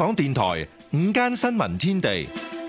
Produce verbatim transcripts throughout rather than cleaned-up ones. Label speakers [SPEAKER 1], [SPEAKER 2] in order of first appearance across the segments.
[SPEAKER 1] 港電台午間新聞天地，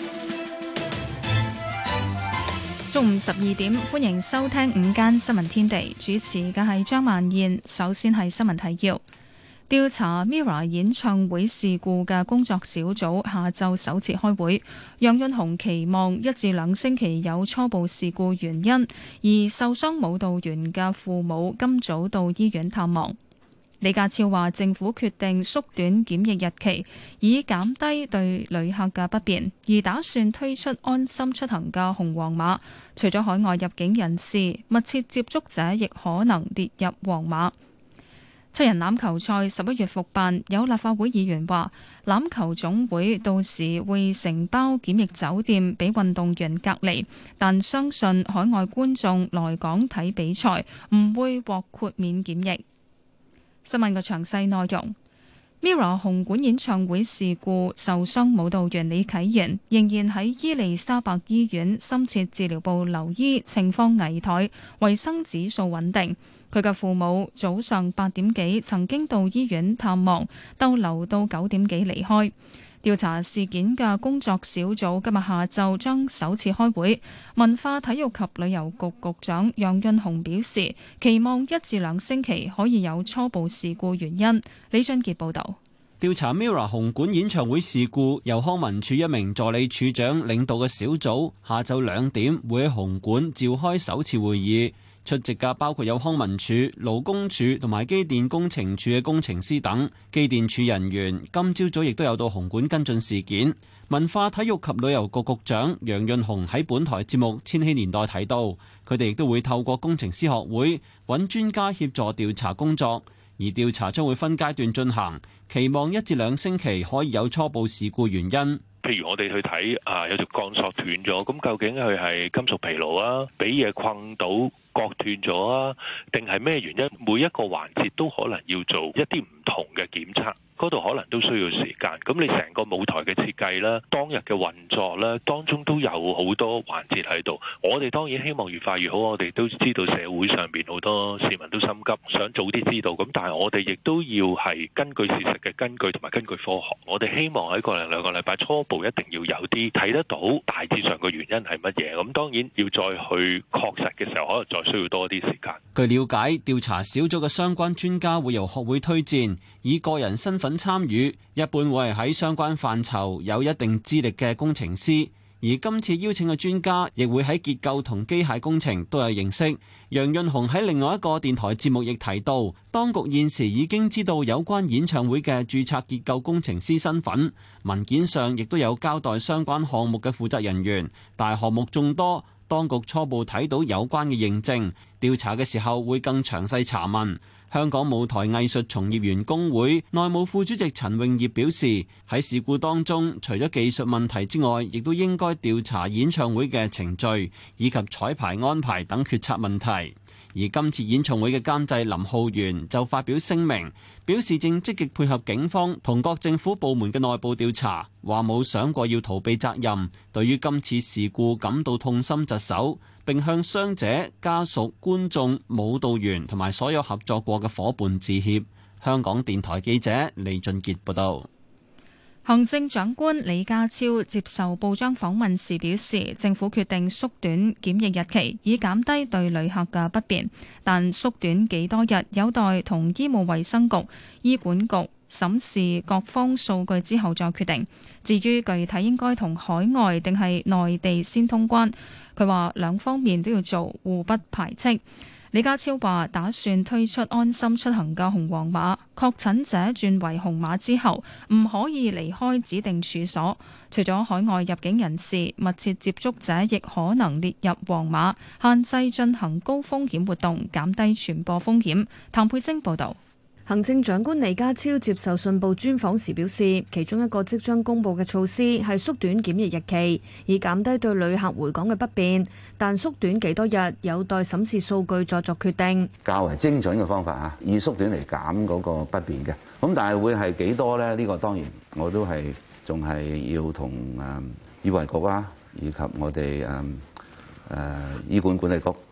[SPEAKER 2] 中午十二點，歡迎收聽午間新聞天地，主持嘅係張曼燕。首先係新聞提要。調查 Mirror 演唱會事故嘅工作小組下晝首次開會，楊潤雄期望一至兩星期有初步事故原因，而受傷舞蹈員嘅父母今早到醫院探望。李家超話政府決定縮短檢疫日期，以減低對旅客嘅不便，而打算推出安心出行嘅紅黃碼，除咗海外入境人士，密切接觸者亦可能列入黃碼。七人欖球賽十一月復辦，有立法會議員話欖球總會到時會承包檢疫酒店俾運動員隔離，但相信海外觀眾來港睇比賽唔會獲豁免檢疫。新聞嘅詳細內容。Mirror 紅館演唱會事故受傷舞蹈員李啟賢仍然喺伊利沙伯醫院深切治療部留醫，情況危殆，維生指數穩定。佢嘅父母早上八點幾曾經到醫院探望，逗留到九點幾離開。調查事件嘅工作小組今日下晝將首次開會。文化體育及旅遊局局長楊潤雄表示，期望一至兩星期可以有初步事故原因。李俊傑報導。
[SPEAKER 3] 調查 Mirror 紅館演唱會事故，由康文署一名助理處長領導嘅小組下晝兩點會喺紅館召開首次會議。出席嘅包括有康文署、勞工處同埋機電工程處嘅工程師等。機電處人員今朝早亦都有到紅館跟進事件。文化體育及旅遊局局長楊潤雄喺本台節目《千禧年代》提到，佢哋亦都會透過工程師學會揾專家協助調查工作，而調查將會分階段進行，期望一至兩星期可以有初步事故原因。
[SPEAKER 4] 譬如我哋去睇啊，有條鋼索斷咗，咁究竟佢係金屬疲勞啊，俾嘢困到割斷咗啊，定係咩原因？每一個環節都可能要做一啲唔同嘅檢測。嗰度可能都需要時間，咁你成個舞台嘅設計啦，當日嘅運作啦，當中都有好多環節喺度。我哋當然希望越快越好，我哋都知道社會上邊好多市民都心急，想早啲知道。咁但係我哋亦都要係根據事實嘅根據同埋根據科學。我哋希望喺個零兩個禮拜初步一定要有啲睇得到大致上嘅原因係乜嘢。咁當然要再去確實嘅時候，可能再需要多啲時間。
[SPEAKER 3] 據了解，調查小組嘅相關專家會由學會推薦，以個人身份參與，一般會係喺相關範疇有一定資歷嘅工程師，而今次邀請嘅專家亦會喺結構同機械工程都有認識。楊潤雄喺另外一個電台節目亦提到，當局現時已經知道有關演唱會嘅註冊結構工程師身份，文件上亦都有交代相關項目嘅負責人員，但項目眾多，當局初步睇到有關嘅認證，調查嘅時候會更詳細查問。香港舞台藝術從業員工會內務副主席陳永業表示，喺事故當中，除咗技術問題之外，亦都應該調查演唱會嘅程序以及彩排安排等決策問題。而今次演唱會嘅監製林浩源就發表聲明，表示正積極配合警方同各政府部門嘅內部調查，話冇想過要逃避責任，對於今次事故感到痛心疾首，並向傷者、家屬、觀眾、舞蹈員同埋所有合作過嘅夥伴致歉。香港電台記者李俊傑報道。
[SPEAKER 2] 行政長官李家超接受報章訪問時表示，政府決定縮短檢疫日期，以減低對旅客嘅不便，但縮短幾多日有待同醫務衛生局、醫管局審視各方數據之後再決定。至於具體應該同海外定係內地先通關，佢話兩方面都要做，互不排斥。李家超話打算推出安心出行嘅紅黃碼，確診者轉為紅碼之後唔可以離開指定處所，除咗海外入境人士、密切接觸者亦可能列入黃碼，限制進行高風險活動，減低傳播風險。譚佩晶報導。
[SPEAKER 5] 行政長官李家超接受信報專訪時表示，其中一個即將公布嘅措施係縮短檢疫日期，以減低對旅客回港嘅不便，但縮短幾多日有待審視數據再作決定。
[SPEAKER 6] 較為精準嘅方法啊，以縮短嚟減嗰個不便嘅。咁但係會係幾多呢？呢個當然我都係仲係要同誒醫衞局啊，以及我哋誒誒醫管管理局啊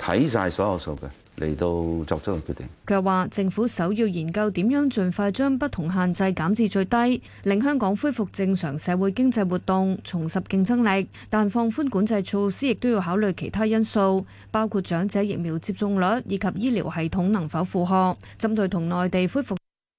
[SPEAKER 6] 睇晒所有數據嚟到作出個決定。
[SPEAKER 5] 佢又話：政府首要研究點樣盡快將不同限制減至最低，令香港恢復正常社會經濟活動，重拾競爭力。但放寬管制措施亦都要考慮其他因素，包括長者疫苗接種率以及醫療系統能否負荷。針對同內地恢復，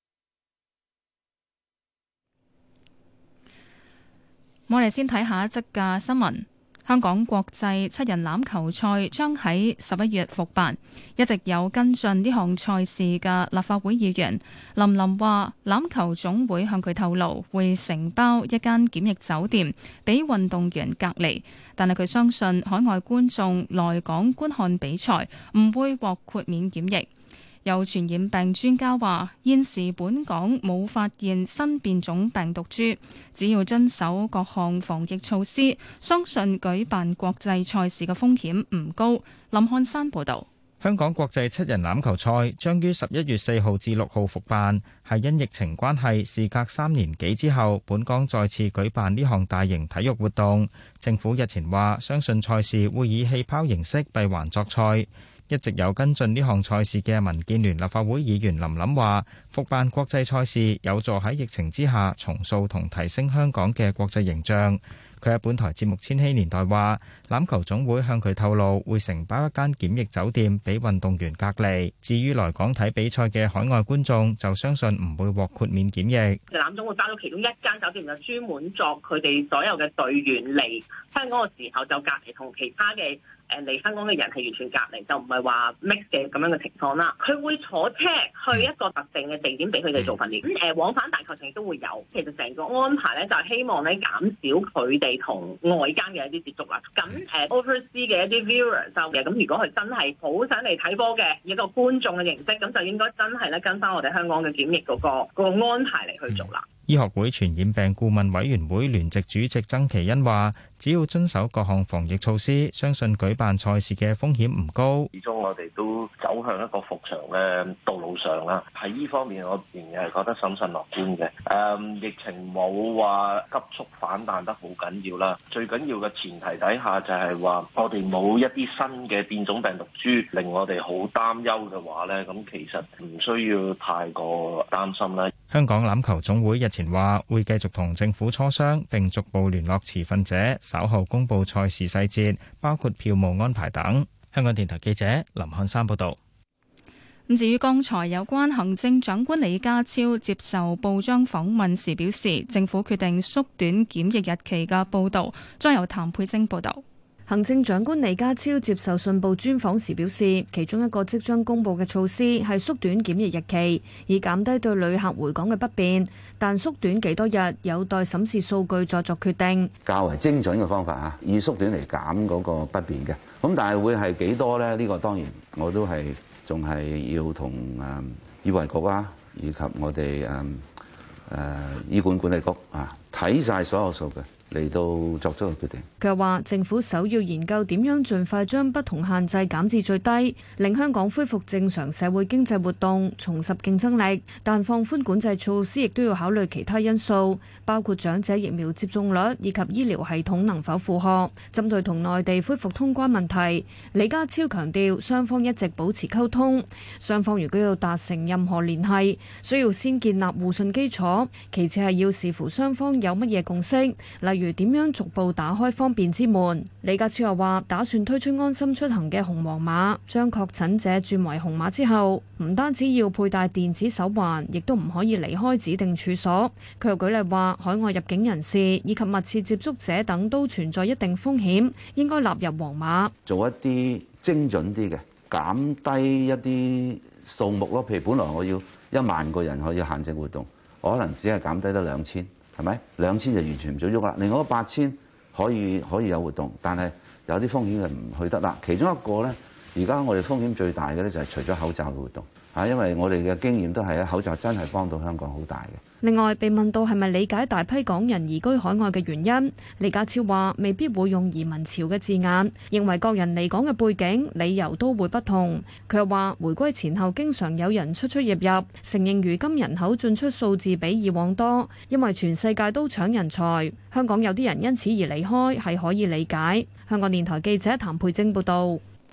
[SPEAKER 2] 我哋先睇下一則嘅新聞。香港國際七人欖球賽將喺十一月復辦，一直有跟進呢項賽事嘅立法會議員林琳話，欖球總會向佢透露會承包一間檢疫酒店俾運動員隔離，但係佢相信海外觀眾來港觀看比賽唔會獲豁免檢疫。有傳染病專家話，現時本港冇發現新變種病毒株，只要遵守各項防疫措施，相信舉辦國際賽事嘅風險唔高。林漢山報導。
[SPEAKER 7] 香港國際七人欖球賽將於十一月四號至六號復辦，係因疫情關係，事隔三年幾之後，本港再次舉辦呢項大型體育活動。政府日前話，相信賽事會以氣泡形式閉環作賽。一直有跟進呢項賽事嘅民建聯立法會議員林琳話，復辦國際賽事有助喺疫情之下重塑同提升香港嘅國際形象。佢喺本台節目《千禧年代》話，欖球總會向佢透露會承包一間檢疫酒店俾運動員隔離。至於來港睇比賽嘅海外觀眾，就相信唔會獲豁免檢疫。
[SPEAKER 8] 欖總會包咗其中一間酒店，就專門作佢哋所有嘅隊員嚟香港嘅時候就隔離，同其他嘅誒嚟香港嘅人係完全隔離，就唔係話 mix 嘅咁樣嘅情況啦。佢會坐車去一個特定嘅地點俾佢哋做訓練。咁誒往返大球場亦都會有。其實成個安排咧就係希望咧減少佢哋同外間嘅一啲接觸啦。咁誒 oversea 嘅一啲 viewer 就嘅，咁如果佢真係好想嚟睇波嘅一個觀眾嘅形式，咁就應該真係咧跟翻我哋香港嘅檢疫嗰個嗰個安排嚟去做啦。
[SPEAKER 7] 醫學會傳染病顧問委員會聯席主席曾其恩話，只要遵守各項防疫措施，相信舉辦賽事嘅風險唔高。
[SPEAKER 9] 始終我哋都走向一個復常嘅道路上啦，喺呢方面我仍然係覺得審慎樂觀嘅。誒、嗯，疫情冇話急速反彈得好緊要啦，最緊要嘅前提底下就係話我哋冇一啲新嘅變種病毒株令我哋好擔憂嘅話咧，咁其實唔需要太過擔心啦。
[SPEAKER 7] 香港欖球總會日前話會繼續同政府磋商，並逐步聯絡持份者，稍後公布賽事細節，包括票務安排等。香港電台記者林漢山報道。
[SPEAKER 2] 咁至於剛才有關行政長官李家超接受報章訪問時表示，政府決定縮短檢疫日期嘅報導，再由譚佩晶報導。
[SPEAKER 5] 行政長官李家超接受信報專訪時表示，其中一個即將公布嘅措施係縮短檢疫日期，以減低對旅客回港嘅不便。但縮短幾多日，有待審視數據再作決定。
[SPEAKER 6] 較為精準嘅方法啊，以縮短嚟減嗰個不便嘅。咁但係會係幾多呢？呢個當然我都係仲係要同誒醫衞局啊，以及我哋誒誒醫管管理局啊睇晒所有數據，嚟到作出個決定。
[SPEAKER 5] 佢又話：政府首要研究點樣盡快將不同限制減至最低，令香港恢復正常社會經濟活動，重拾競爭力。但放寬管制措施亦都要考慮其他因素，包括長者疫苗接種率以及醫療系統能否負荷。針對同內地恢復通關問題，李家超強調雙方一直保持溝通。雙方如果要達成任何聯繫，需要先建立互信基礎，其次係要視乎雙方有乜嘢共識，例如點樣逐步打開方便之門。李家超又話打算推出安心出行嘅紅黃碼，將確診者轉為紅碼之後，唔單止要佩戴電子手環，亦都唔可以離開指定處所。佢又舉例話，海外入境人士以及密切接觸者等都存在一定風險，應該納入黃碼。
[SPEAKER 6] 做一啲精準啲嘅，減低一啲數目咯。譬如本來我要一萬個人可以限制活動，我可能只係減低得兩千。係咪兩千就完全唔做喐啦？另外嗰八千可以可以有活動，但係有啲風險就唔去得啦。其中一個咧，而家我哋風險最大嘅咧就係除咗口罩嘅活動嚇，因為我哋嘅經驗都係咧，口罩真係幫到香港好大嘅。
[SPEAKER 5] 另外，被問到係咪理解大批港人移居海外嘅原因，李家超話未必會用移民潮嘅字眼，認為各人嚟港嘅背景、理由都會不同。佢又話，回歸前後經常有人出出入入，承認如今人口進出數字比以往多，因為全世界都搶人才，香港有啲人因此而離開係可以理解。香港電台記者譚佩晶報道。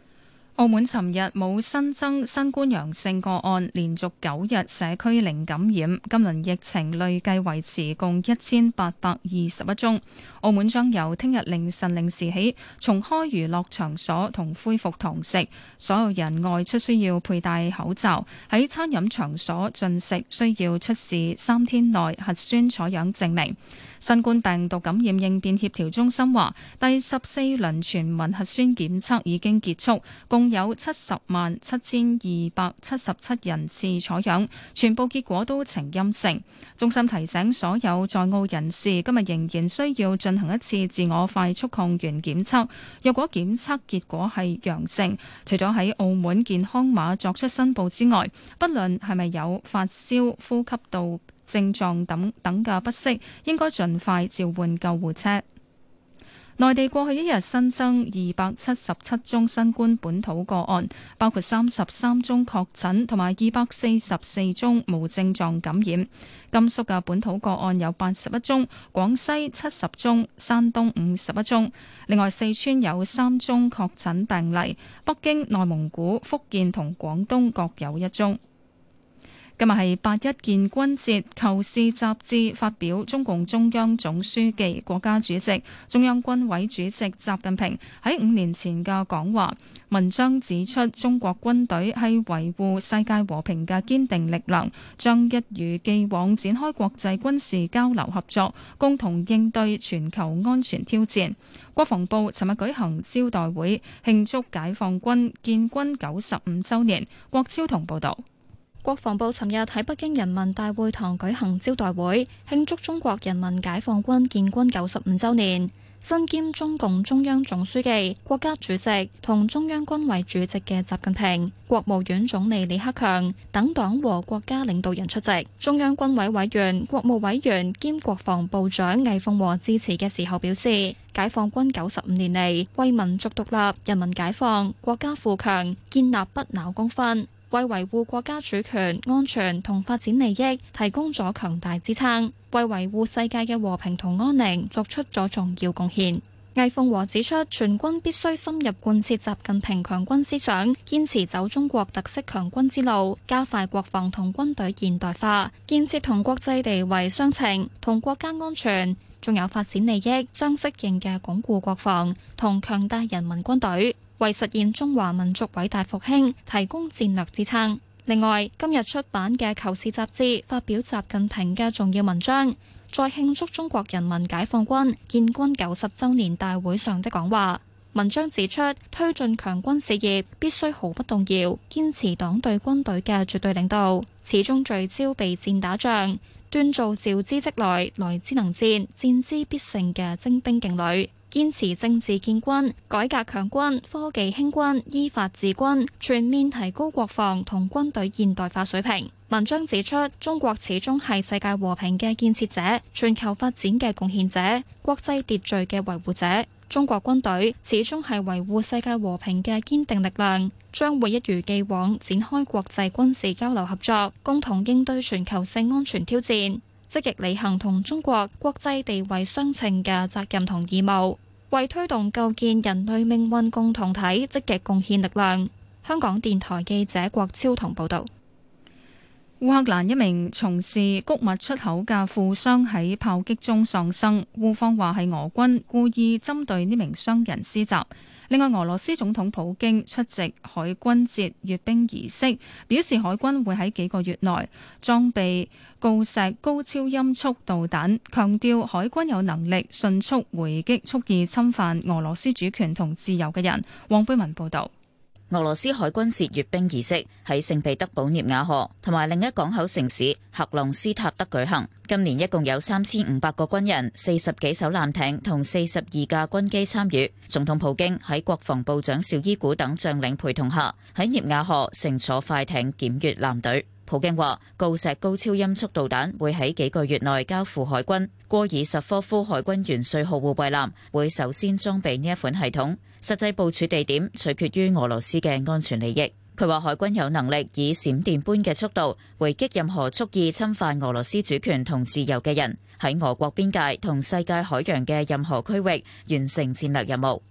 [SPEAKER 2] 澳門尋日冇新增新冠陽性個案，連續九日社區零感染。今輪疫情累計維持共一千八百二十一宗。澳門將由聽日凌晨零時起重開娛樂場所同恢復堂食，所有人外出需要佩戴口罩，喺餐飲場所進食需要出示三天內核酸採樣證明。新冠病毒感染應變協調中心話，第十四輪全民核酸檢測已經結束，共有七十萬七千二百七十七人次採樣，全部結果都呈陰性。中心提醒所有在澳人士，今日仍然需要進行一次自我快速抗原檢測。若果檢測結果係陽性，除咗喺澳門健康碼作出申報之外，不論係咪有發燒、呼吸道症狀等等嘅不適，應該盡快召喚救護車。內地過去一日新增二百七十七宗新冠本土個案，包括三十三宗確診同埋二百四十四宗無症狀感染。甘肅嘅本土個案有八十一宗，廣西七十宗，山東五十一宗。另外，四川有三宗確診病例，北京、內蒙古、福建同廣東各有一宗。今日係八一建軍節，《求是》雜誌發表中共中央總書記、國家主席、中央軍委主席習近平喺五年前嘅講話。文章指出，中國軍隊係維護世界和平嘅堅定力量，將一如既往展開國際軍事交流合作，共同應對全球安全挑戰。國防部尋日舉行招待會，慶祝解放軍建軍九十五週年。郭超同報導。
[SPEAKER 10] 國防部尋日喺北京人民大會堂舉行招待會，慶祝中國人民解放軍建軍九十五週年。身兼中共中央總書記、國家主席同中央軍委主席嘅習近平、國務院總理李克強等黨和國家領導人出席。中央軍委委員、國務委員兼國防部長魏鳳和致辭嘅時候表示，解放軍九十五年嚟，為民族獨立、人民解放、國家富強建立不朽功勳，為維護國家主權、安全同發展利益提供咗強大支撐，為維護世界嘅和平同安寧作出咗重要貢獻。魏鳳和指出，全軍必須深入貫徹習近平強軍思想，堅持走中國特色強軍之路，加快國防同軍隊現代化，建設同國際地位相稱、同國家安全仲有發展利益相適應嘅鞏固國防同強大人民軍隊，為實現中華民族偉大復興提供戰略支撐。另外，今日出版嘅《求是》雜誌發表習近平嘅重要文章，在慶祝中國人民解放軍建軍九十週年大會上的講話。文章指出，推進強軍事業必須毫不動搖，堅持黨對軍隊嘅絕對領導，始終聚焦備戰打仗，鍛造召之即來、來之能戰、戰之必勝嘅精兵勁旅。堅持政治建軍、改革強軍、科技興軍、依法治軍，全面提高國防同軍隊現代化水平。文章指出，中國始終係世界和平嘅建設者、全球發展嘅貢獻者、國際秩序嘅維護者。中國軍隊始終係維護世界和平嘅堅定力量，將會一如既往展開國際軍事交流合作，共同應對全球性安全挑戰，積極履行同中國國際地位相稱嘅責任同義務，為推動構建人類命運共同體積極貢獻力量。香港電台記者郭超同報道。
[SPEAKER 2] 烏克蘭一名從事穀物出口嘅富商喺炮擊中喪生，烏方話係俄軍故意針對呢名商人施襲。另外，俄羅斯總統普京出席海軍節閱兵儀式，表示海軍會喺幾個月內裝備鋯石高超音速導彈，強調海軍有能力迅速回擊蓄意侵犯俄羅斯主權同自由嘅人。黃貝文報導。
[SPEAKER 11] 俄羅斯海軍節閱兵儀式喺聖彼得堡涅瓦河同埋另一港口城市克朗斯塔德舉行。今年一共有三千五百個軍人、四十幾艘艦艇同四十二架軍機參與。總統普京喺國防部長紹伊古等將領陪同下，喺涅瓦河乘坐快艇檢閱艦隊。普京話，鋯石高超音速導彈會喺幾個月內交付海軍。戈爾什科夫海軍元帥號護衛艦會首先裝備呢一款系統。實際部署地點取決於俄羅斯嘅安全利益。佢話海軍有能力以閃電般嘅速度回擊任何蓄意侵犯俄羅斯主權同自由嘅人，喺俄國邊界同世界海洋嘅任何區域完成戰略任務。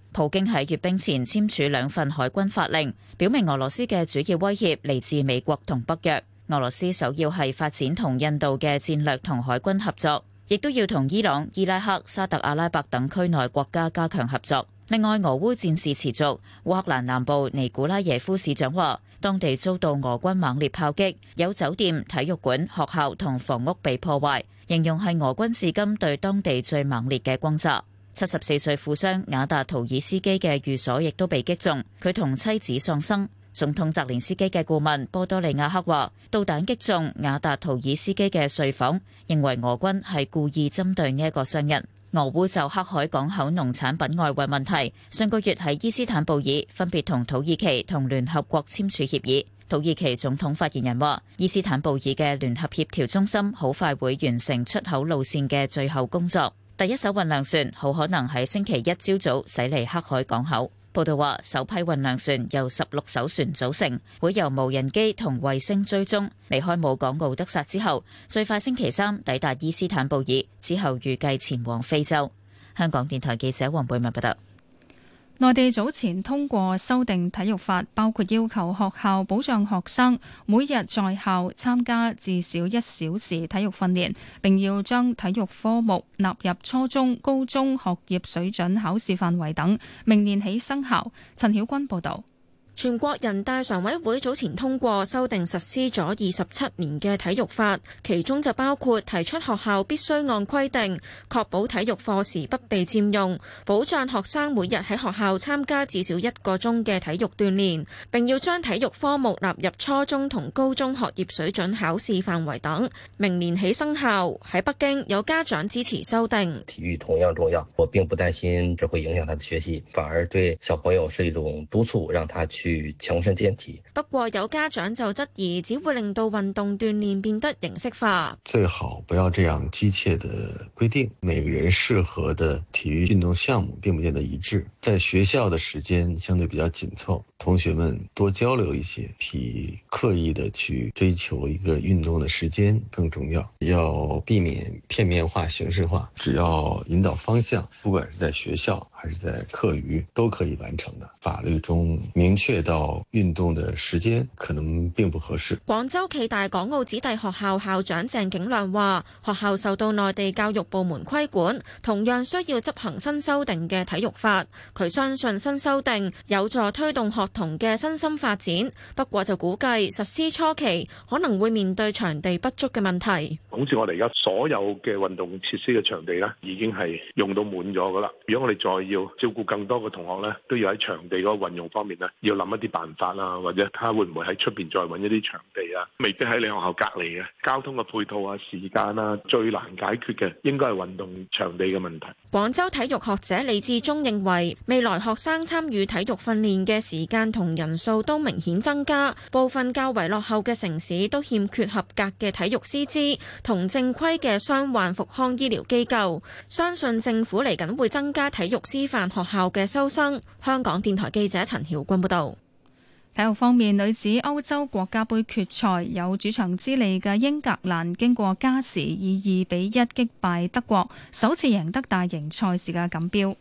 [SPEAKER 11] 普京喺閱兵前簽署兩份海軍法令，表明俄羅斯嘅主要威脅嚟自美國同北約。俄羅斯首要係發展同印度嘅戰略同海軍合作，亦都要同伊朗、伊拉克、沙特阿拉伯等區內國家加強合作。另外，俄烏戰事持續，烏克蘭南部尼古拉耶夫市長話，當地遭到俄軍猛烈炮擊，有酒店、體育館、學校同房屋被破壞，形容係俄軍至今對當地最猛烈嘅轟炸。七十四歲富商雅達圖爾斯基嘅寓所亦都被擊中，佢同妻子喪生。總統澤連斯基嘅顧問波多利亞克話，導彈擊中雅達圖爾斯基嘅睡房，認為俄軍係故意針對呢一個商人。俄烏就黑海港口農產品外運問題，上個月喺伊斯坦布爾分別同土耳其同聯合國簽署協議。土耳其總統發言人話，伊斯坦布爾嘅聯合協調中心好快會完成出口路線嘅最後工作，第一艘運糧船好可能喺星期一朝早駛離黑海港口。報道話，首批運糧船由十六艘船組成，會由無人機同衛星追蹤。離開母港敖德薩之後，最快星期三抵達伊斯坦布爾，之後預計前往非洲。香港電台記者黃貝文報道。
[SPEAKER 2] 內地早前通過修訂體育法，包括要求學校保障學生每日在校參加至少一小時體育訓練，並要將體育科目納入初中、高中學業水準考試範圍等，明年起生效。陳曉君報導。
[SPEAKER 12] 全國人大常委會早前通過修訂實施咗二十七年嘅體育法，其中就包括提出學校必須按規定確保體育課時不被佔用，保障學生每日喺學校參加至少一個鐘嘅體育鍛煉，並要將體育科目納入初中同高中學業水準考試範圍等，明年起生效。喺北京，有家長支持修訂。
[SPEAKER 13] 體育同樣重要，我並不擔心這會影響他的學習，反而對小朋友是一種督促，讓他去去強身健體。
[SPEAKER 12] 不過有家長就質疑，只會令到運動鍛煉變得形式化。
[SPEAKER 14] 最好不要這樣機械的規定，每個人適合的體育運動項目並不見得一致。在學校的時間相對比較緊湊，同學們多交流一些，比刻意的去追求一個運動的時間更重要。要避免片面化、形式化，只要引導方向，不管是在學校還是在課餘，都可以完成的。法律中明確到運動的時間可能並不合適。
[SPEAKER 12] 廣州暨大港澳子弟學校校長鄭景亮話，學校受到內地教育部門規管，同樣需要執行新修訂嘅體育法。佢相信新修訂有助推動學童嘅身心發展，不過就估計實施初期可能會面對場地不足嘅問題。
[SPEAKER 15] 好似我哋而家所有嘅運動設施嘅場地咧，已經係用到滿咗噶啦。如果我哋再要照顧更多嘅同學咧，都要喺場地嗰個運用方面咧，要諗一啲辦法啦，或者睇下會唔會喺出邊再揾一啲場地啊？未必喺你學校隔離嘅交通嘅配套啊、時間啊，最難解決嘅應該係運動場地嘅問題。
[SPEAKER 12] 廣州體育學者李志忠認為，未來學生參與體育訓練嘅時間同人數都明顯增加，部分較為落後嘅城市都欠缺合格嘅體育師資同正規嘅傷患復康醫療機構。相信政府嚟緊會增加體育師範學校嘅收生。香港電台記者陳曉君報道。
[SPEAKER 2] 體育方面，女子歐洲國家盃決賽有主場之利嘅英格蘭經過加時以二比一擊敗德國，首次贏得大型賽事嘅錦標。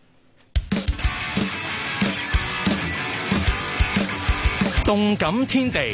[SPEAKER 1] 動感天地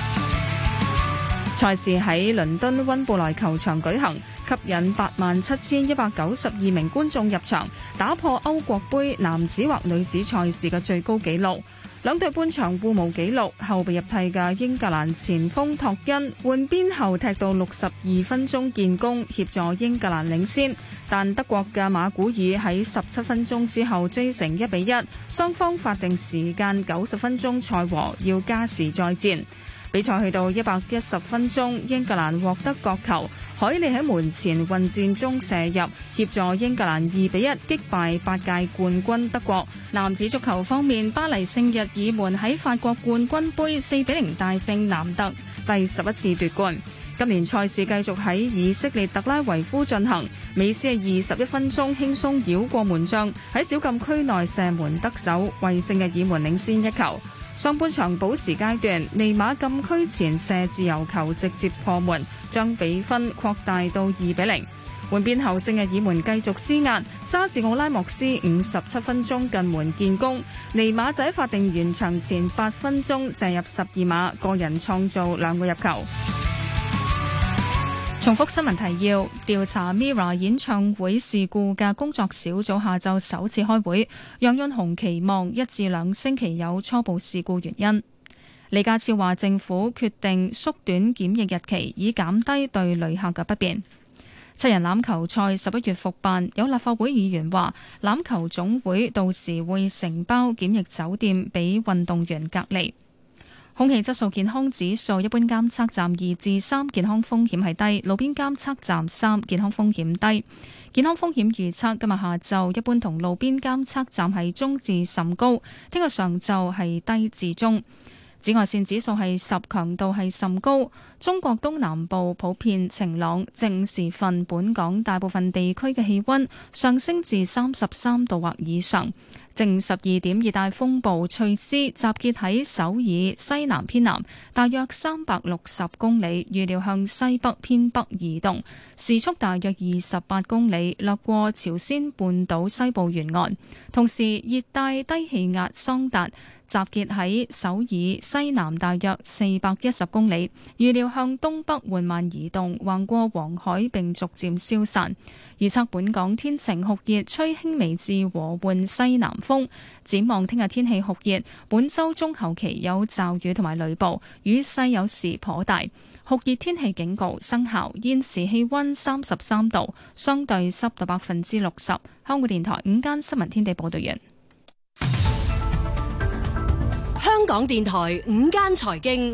[SPEAKER 2] 賽事喺倫敦溫布萊球場舉行，吸引八萬七千一百九十二名觀眾入場，打破歐國盃男子或女子賽事嘅最高紀錄。兩隊半場互無紀錄，後備入替嘅英格蘭前鋒托恩換邊後踢到六十二分鐘建功，協助英格蘭領先。但德國嘅馬古爾喺十七分鐘之後追成一比一，雙方法定時間九十分鐘賽和，要加時再戰。比賽去到一百一十分鐘，英格蘭獲得角球，海利喺門前混戰中射入，協助英格蘭二比一擊敗八屆冠軍德國。男子足球方面，巴黎聖日耳門喺法國冠軍盃四比零大勝南特，第十一次奪冠。今年賽事繼續喺以色列特拉維夫進行，美斯喺二十一分鐘輕鬆繞過門將，喺小禁區內射門得手，為聖日耳門領先一球。上半場補時階段，尼馬禁區前射自由球直接破門，將比分擴大到二比零。 換邊後聖日耳門繼續施壓，沙治奧拉莫斯五十七分鐘近門建功，尼馬仔法定完場前八分鐘射入十二碼，個人創造兩個入球。重複新聞提要：調查 Mirror 演唱會事故嘅工作小組下晝首次開會，楊潤雄期望一至兩星期有初步事故原因。李家超話政府決定縮短檢疫日期，以減低對旅客嘅不便。七人欖球賽十一月復辦，有立法會議員話欖球總會到時會承包檢疫酒店俾運動員隔離。空氣質素健康指數，一般監測站二至三，健康風險係低；路邊監測站三，健康風險低。健康風險預測今日下晝一般同路邊監測站係中至甚高，聽日上晝係低至中。紫外線指數係十，強度係甚高。中國東南部普遍晴朗，正午時分本港大部分地區嘅氣溫上升至三十三度或以上。正午十二點，熱帶風暴翠絲集結喺首爾西南偏南，大約三百六十公里，預料向西北偏北移動，時速大約二十八公里，掠過朝鮮半島西部沿岸。同時，熱帶低氣壓桑達集結喺首爾西南大約四百一十公里，預料向東北緩慢移動，橫過黃海並逐漸消散。預測本港天晴酷熱，吹輕微至和緩西南風。展望聽日天氣酷熱，本週中後期有驟雨同埋雷暴，雨勢有時頗大。酷熱天氣警告生效。現時氣溫三十三度，相對濕度百分之六十。香港電台午間新聞天地報道完。
[SPEAKER 16] 香港電台午間財經，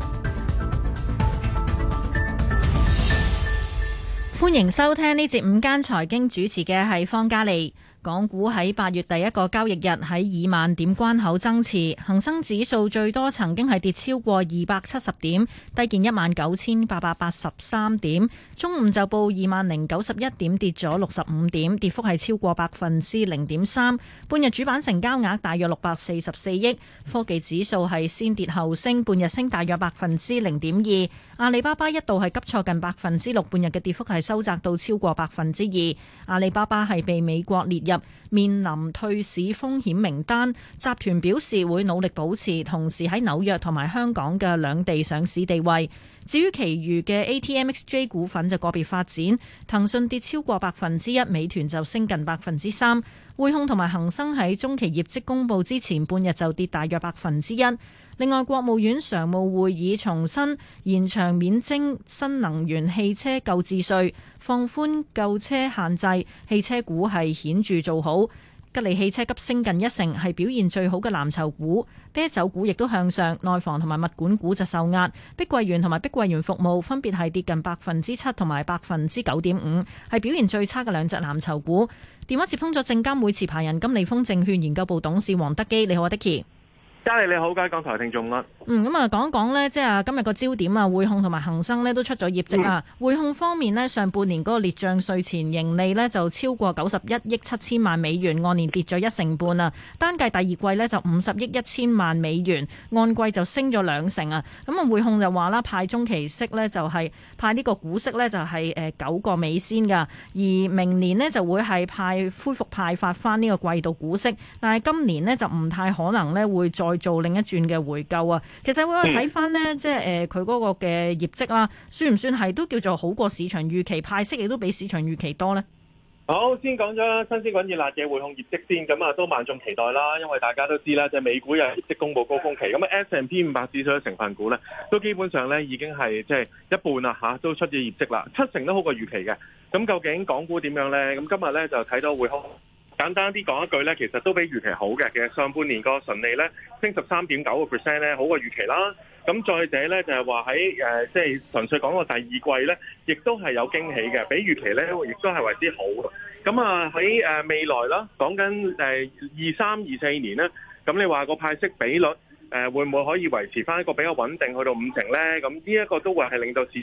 [SPEAKER 17] 歡迎收聽呢節午間財經，主持嘅係方嘉利。港股喺八月第一個交易日喺二萬點關口增持，恒生指數最多曾經係跌超過二百七十點，低見一萬九千八百八十三點。中午就報二萬零九十一點，跌咗六十五點，跌幅係超過百分之零點三。半日主板成交額大約六百四十四億。科技指數係先跌後升，半日升大約百分之零點二。阿里巴巴一度係急挫近百分之六，半日嘅跌幅係收窄到超過百分之二。阿里巴巴係被美國列入面臨退市風險名單，集團表示會努力保持同時喺紐約同埋香港嘅兩地上市地位。至於其餘嘅 A T M X J 股份就個別發展，騰訊跌超過百分之一，美團就升近百分之三。匯控同埋恒生喺中期業績公佈之前半日就跌大約百分之一。另外，國務院常務會議重申延長免徵新能源汽車購置稅，放寬購車限制，汽車股係顯著做好。吉利汽車急升近一成，係表現最好嘅藍籌股。啤酒股亦都向上，內房同埋物管股就受壓。碧桂園同埋碧桂園服務分別係跌近百分之七同埋百分之九點五，係表現最差嘅兩隻藍籌股。電話接通咗證監會持牌人金利豐證券研究部董事黃德基，你好啊，Dicky。
[SPEAKER 18] 嘉莉你好，各位港台聽眾啦。
[SPEAKER 17] 嗯，咁啊講一講呢，即係今日個焦點啊，匯控同埋恒生呢都出咗業績啊。嗯、匯控方面呢，上半年嗰個列賬稅前盈利呢就超過九十一億七千萬美元，按年跌咗一成半啊。單計第二季呢就五十億一千萬美元，按季就升咗兩成啊。咁啊匯控就話啦，派中期息呢就係派呢個股息呢就係誒九個美仙噶，而明年呢就會係派恢復派發翻呢個季度股息，但係今年呢就唔太可能呢會再做另一轉嘅回購啊！其實我睇翻呢，即係誒佢嗰個嘅業績啦，算唔算係都叫做好過市場預期？派息亦都比市場預期多呢？
[SPEAKER 18] 好，先講咗新鮮滾熱辣嘅匯控業績先，咁啊都萬眾期待啦，因為大家都知啦，就係美股有業績公佈高峰期，咁啊 S and P 五百指數嘅成分股呢，都基本上呢已經係即係一半啦嚇，都出咗業績啦，七成都好過預期嘅。咁究竟港股點樣呢？咁今日呢，就睇到匯控。簡單啲講一句咧，其實都比預期好嘅。其實上半年個純利咧升十三點九個 percent 咧，好過預期啦。咁再者咧就係話喺誒，即係純粹講個第二季咧，亦都係有驚喜嘅，比預期咧亦都係為之好嘅。咁啊喺誒未來啦，講緊誒二三二四年咧，咁你話個派息比率誒會唔會可以維持翻一個比較穩定去到五成咧？咁呢一個都會係令到市場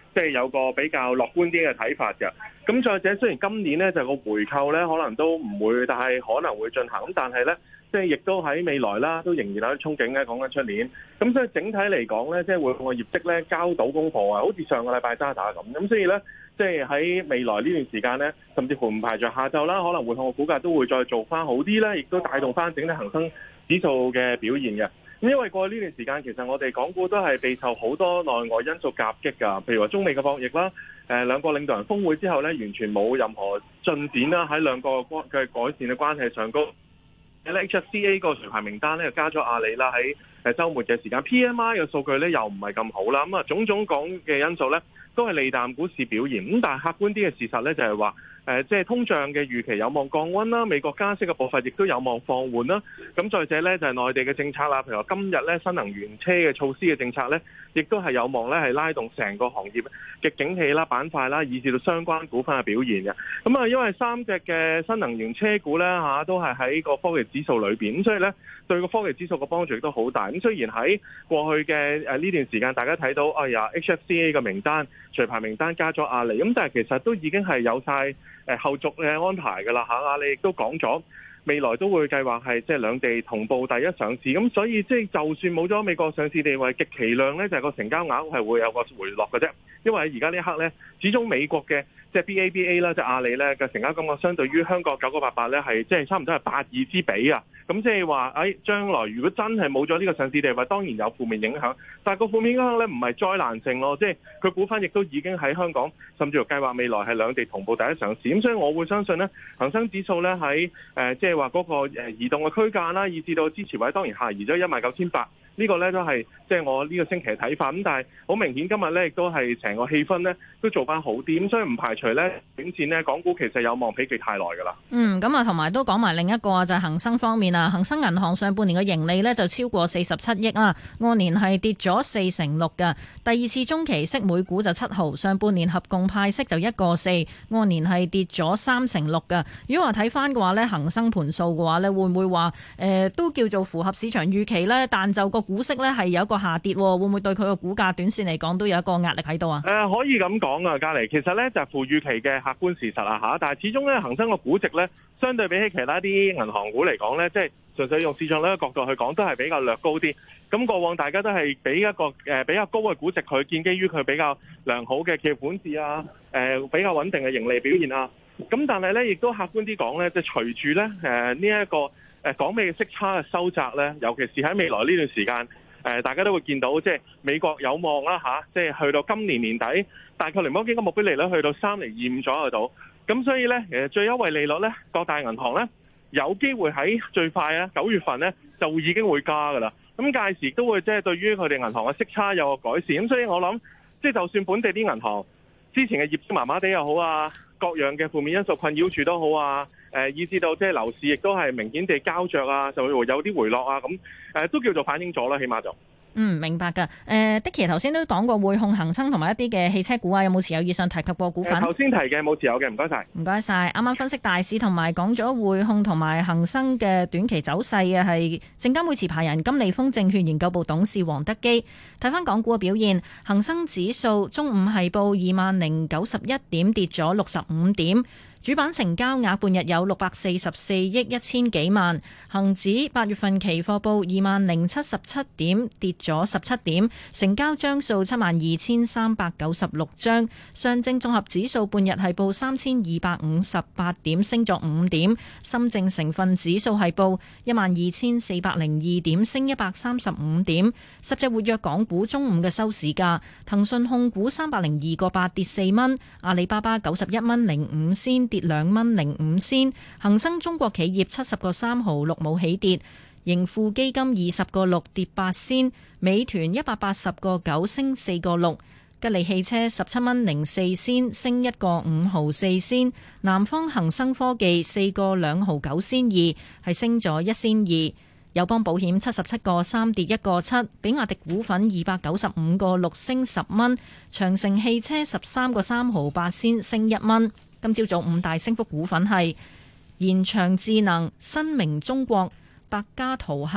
[SPEAKER 18] 即係有個比較樂觀啲嘅睇法嘅。咁再者，雖然今年咧就個回購咧可能都唔會，但係可能會進行。咁但係咧，即係亦都喺未來啦，都仍然有啲憧憬咧。講緊出年，咁所以整體嚟講咧，即係匯控嘅業績咧交到功課啊，好似上個禮拜渣打咁。咁所以咧，即係喺未來呢段時間咧，甚至乎唔排除下晝啦，可能匯控嘅股價都會再做翻好啲咧，亦都帶動翻整體恒生指數嘅表現嘅。咁因為過去呢段時間，其實我哋港股都係備受好多內外因素夾擊㗎，譬如話中美嘅博弈啦，誒兩個領導人峰會之後咧，完全冇任何進展啦，喺兩個嘅改善嘅關係上高。H C A 個除牌名單咧又加咗阿里啦，喺誒週末嘅時間 P M I 嘅數據咧又唔係咁好啦，咁啊種種講嘅因素咧都係利淡股市表現。咁但係客觀啲嘅事實咧就係話，誒即係通脹嘅預期有望降溫啦，美國加息嘅步伐亦都有望放緩啦。咁再者咧就係內地嘅政策啦，譬如話今日咧新能源車嘅措施嘅政策咧，亦都係有望咧係拉動成個行業嘅景氣啦、板塊啦，以至到相關股份嘅表現嘅。咁啊，因為三隻嘅新能源車股咧嚇都係喺個科技指數裏邊，咁所以咧對個科技指數嘅幫助亦都好大。咁雖然喺過去嘅誒呢段時間，大家睇到哎呀 H F C A 嘅名單除牌名單加咗阿里，咁但係其實都已經係有晒誒後續嘅安排㗎啦嚇。阿里亦都講咗未來都會計劃係即係兩地同步第一上市，咁所以即係就算冇咗美國上市地位，極其量咧就係個成交額係會有個回落嘅啫。因為喺而家呢一刻咧，始終美國嘅即係 B A B A 啦，即係阿里咧嘅成交金額相對於香港九九八八咧係即係差唔多係八二之比啊。咁即係話誒將來如果真係冇咗呢個上市地位，當然有負面影響，但係個負面影響咧唔係災難性咯，即係佢股份亦都已經喺香港，甚至乎計劃未來係兩地同步第一上市。咁所以我會相信咧，恒生指數咧喺誒即係話嗰個誒移動嘅區間啦，以至到支持位當然下移咗一萬九千八。呢個咧都係即係我呢個星期嘅睇法，咁但係好明顯今日咧亦都係成個氣氛咧都做翻好啲，咁所以唔排除咧短線咧港股其實有望否極太耐㗎啦。嗯，咁啊同埋都講埋另一個就係恒生方面啊，恒生銀行上半年嘅盈利咧就超過四十七億啦，按年係跌咗四成六㗎。第二次中期息每股就七毫，上半年合共派息就一個四，按年係跌咗三成六㗎。如果話睇翻嘅話咧，恒生盤數嘅話咧，會唔會話誒、呃、都叫做符合市場預期咧？但就個股息咧係有一個下跌，會唔會對佢個股價短線嚟講都有一個壓力喺度啊？誒、呃，可以咁講啊，隔籬其實咧就係負預期嘅客觀事實啊吓，但係始終咧恒生個估值咧，相對比起其他啲銀行股嚟講咧，即係純粹用市場呢個角度去講，都係比較略高啲。咁過往大家都係俾一個誒、呃、比較高嘅估值，佢建基於佢比較良好嘅企業管治啊，誒、呃、比較穩定嘅盈利表現啊。咁但係咧，亦都客觀啲講咧，即係隨住咧誒呢一個誒港美嘅息差嘅收窄咧，尤其是喺未來呢段時間。誒，大家都會見到，即係美國有望啦嚇，即係去到今年年底，大概聯邦基金目標利率去到三厘二五左右度。咁所以咧，誒最優惠利率咧，各大銀行咧有機會喺最快啊九月份咧就已經會加㗎啦。咁屆時都會即係對於佢哋銀行嘅息差有個改善。咁所以我諗，即係就算本地啲銀行之前嘅業績麻麻地又好啊，各樣嘅負面因素困擾住都好啊。誒，以至到即係樓市亦都係明顯地膠着啊，就會有啲回落啊，咁誒都叫做反映咗啦，起碼就嗯明白㗎。誒，Dicky頭先都講過匯控、恒生同埋一啲嘅汽車股啊，有冇持有以上提及過股份？頭先提嘅冇持有嘅，唔該晒。唔該晒。啱啱分析大市同埋講咗匯控同埋恒生嘅短期走勢嘅係證監會持牌人金利豐證券研究部董事黃德基。睇翻港股嘅表現，恒生指數中午係報二萬零九十一點，跌咗六十五點。主板成交額半日有六百四十四億一千幾萬，恒指八月份期貨報二萬零七十七點，跌咗十七點，成交張數七萬二千三百九十六張。上證綜合指數半日係報三千二百五十八點，升咗五點。深證成分指數係報一萬二千四百零二點，升一百三十五點。十隻活躍港股中午嘅收市價，騰訊控股三百零二個八跌四蚊，阿里巴巴九十一蚊零五仙跌兩蚊零五仙，恒生中國企業七十個三毫六冇起跌，盈富基金二十個六跌八仙，美團一百八十個九升四個六，吉利汽車十七蚊零四仙升一個五毫四仙，南方恒生科技四個兩毫九仙二係升咗一仙二，友邦保險七十七個三跌一個七，比亞迪股份二百九十五個六升十蚊，長城汽車十三個三毫八仙升一蚊。今朝早五大升幅股份係延長智能、新明中國、百家淘客、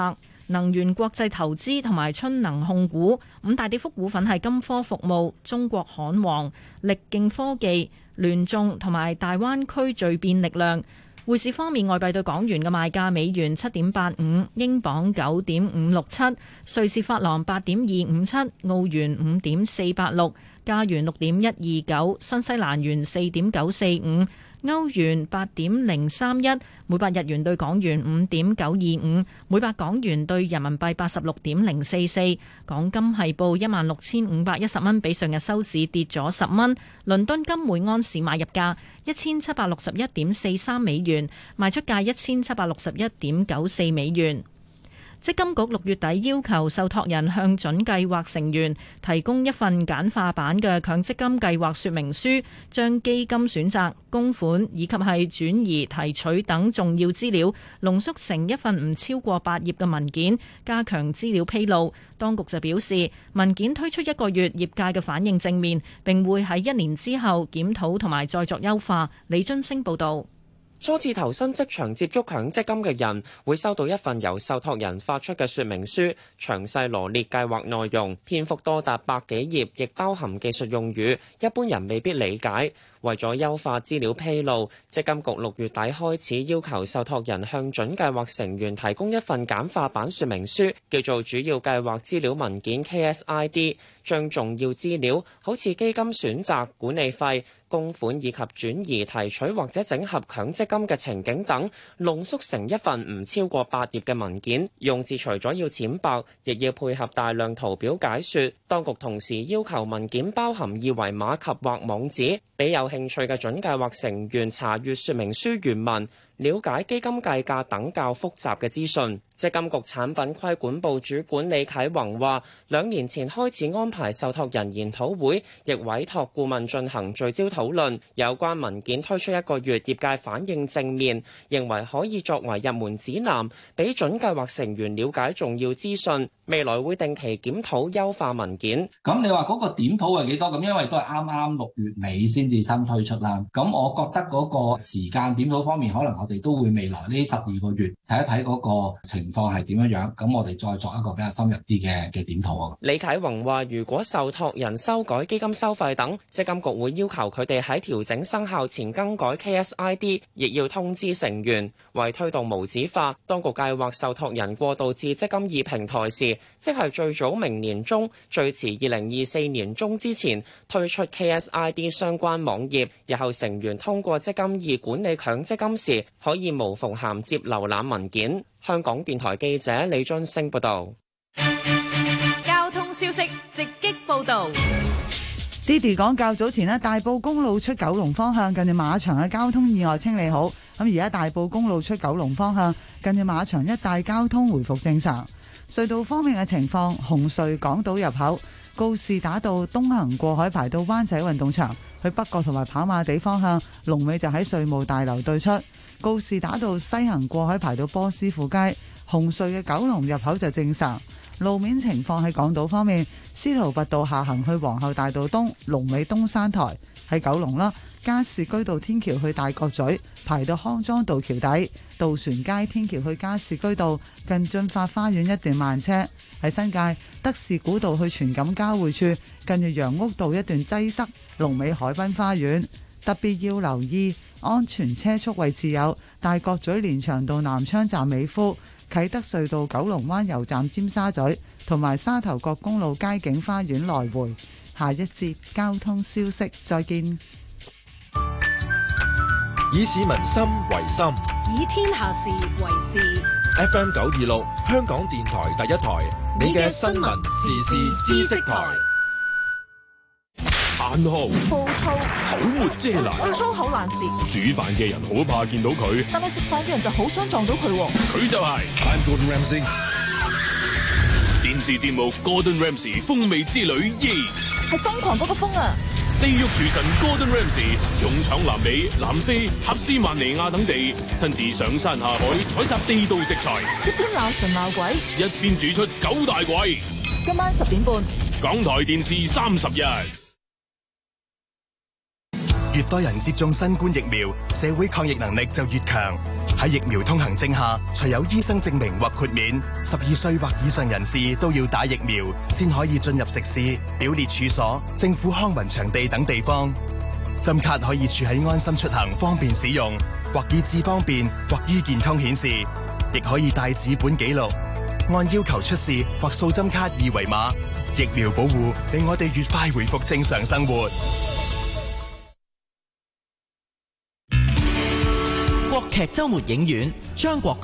[SPEAKER 17] 能源國際投資同埋春能控股。五大跌幅股份係金科服務、中國焊王、力勁科技、聯眾同埋大灣區聚變力量。匯市方面，外幣對港元嘅賣價：美元七點八五，英鎊九點五六七，瑞士法郎八點二五七，澳元五點四八六，加元六點一二九，新西蘭元四點九四五，歐元八點零三一，每百日元對港元五點九二五，每百港元對人民幣八十六點零四四。港金係報一萬六千五百一十蚊，比上日收市跌咗十蚊。倫敦金每安士買入價一千七百六十一點四三美元，賣出價一千七百六十一點九四美元。積金局六月底要求受託人向準計劃成員提供一份簡化版嘅強積金計劃說明書，將基金選擇、供款以及係轉移提取等重要資料濃縮成一份唔超過八頁嘅文件，加強資料披露。當局就表示，文件推出一個月，業界嘅反應正面，並會喺一年之後檢討同埋再作優化。李津升報導。
[SPEAKER 19] 初次投身職場接觸強積金嘅人會收到一份由受託人發出嘅說明書，詳細羅列計劃內容，篇幅多達百幾頁，亦包含技術用語，一般人未必理解。為咗優化資料披露，積金局六月底開始要求受託人向準計劃成員提供一份簡化版說明書，叫做主要計劃資料文件 K S I D， 將重要資料好似基金選擇、管理費、供款以及轉移提取或者整合強積金嘅情景等，濃縮成一份唔超過八頁嘅文件。用字除咗要淺白，亦要配合大量圖表解說。當局同時要求文件包含二維碼及或網址，俾有興趣嘅準計劃成員查閱說明書原文，了解基金計價等較複雜嘅資訊。積金局產品規管部主管李啟宏話，兩年前開始安排受託人研討會，亦委託顧問進行聚焦討論。有關文件推出一個月，業界反應正面，認為可以作為入門指南，俾準計劃成員了解重要資訊。未來會定期檢討優化文件。
[SPEAKER 20] 咁你話嗰個檢討係幾多？咁因為都係啱啱六月尾先至新推出啦。咁我覺得嗰個時間檢討方面，可能我哋都會未來呢十二個月睇一睇嗰個情況係點樣樣。咁我哋再作一個比較深入啲嘅嘅檢討啊。
[SPEAKER 19] 李啟宏話：如果受託人修改基金收費等，積金局會要求佢哋喺調整生效前更改 K S I D， 亦要通知成員。為推動無紙化，當局計劃受託人過渡至積金易平台時，即係最早明年中，最遲二零二四年中之前推出 K S I D 相關網頁。日後成員通過積金易管理強積金時，可以無縫銜接瀏覽文件。香港電台記者李津升報道。
[SPEAKER 16] 交通消息直擊報道。
[SPEAKER 21] Diddy 講較早前咧，大埔公路出九龍方向近住馬場嘅交通意外清理好，咁而家大埔公路出九龍方向近住馬場一帶交通回復正常。隧道方面嘅情況，紅隧港島入口告士打道東行過海排到灣仔運動場，去北角同埋跑馬地方向龍尾就喺稅務大樓對出。告士打道西行過海排到波斯富街，紅隧嘅九龍入口就正常。路面情況喺港島方面，司徒拔道下行去皇后大道東，龍尾東山台喺九龍啦。加士居道天橋去大角咀排到康莊道橋底，渡船街天橋去加士居道近駿發花園一段慢車。喺新界德士古道去荃錦交匯處近住楊屋道一段擠塞，龍尾海濱花園。特別要留意安全車速位置有大角咀連翔道南昌站美孚、啟德隧道九龍灣油站尖沙咀同埋沙頭角公路街景花園來回。下一節交通消息，再見。
[SPEAKER 22] 以市民心為心，
[SPEAKER 16] 以天下事為事。
[SPEAKER 22] F M 九二六，香港電台第一台，你嘅新聞時事知識台。殘酷、
[SPEAKER 16] 暴躁、
[SPEAKER 22] 口沒遮攔，
[SPEAKER 16] 粗口爛舌。
[SPEAKER 22] 煮飯嘅人好怕見到佢，
[SPEAKER 16] 但係食飯嘅人就好想撞到佢。
[SPEAKER 22] 佢就係 I'm Gordon Ramsay。電視節目 Gordon Ramsay 風味之旅二，係
[SPEAKER 16] 瘋狂嗰個風啊！
[SPEAKER 22] 地獄廚神 Gordon Ramsay 勇闖南美、南非、塔斯曼尼亞等地，親自上山下海採集地道食材，
[SPEAKER 16] 一邊鬧神鬧鬼，
[SPEAKER 22] 一邊煮出九大簋。
[SPEAKER 16] 今晚十點半，
[SPEAKER 22] 港台電視三十日。
[SPEAKER 3] 越多人接種新冠疫苗，社會抗疫能力就越強。喺疫苗通行證下，除有醫生證明或豁免，十二歲或以上人士都要打疫苗，先可以進入食肆、表列處所、政府康文場地等地方。針卡可以儲喺安心出行，方便使用，或以智方便，或醫健通顯示，亦可以帶紙本記錄，按要求出示或掃針卡二維碼。疫苗保護令我哋越快回復正常生活。
[SPEAKER 4] 國劇周末影院，張國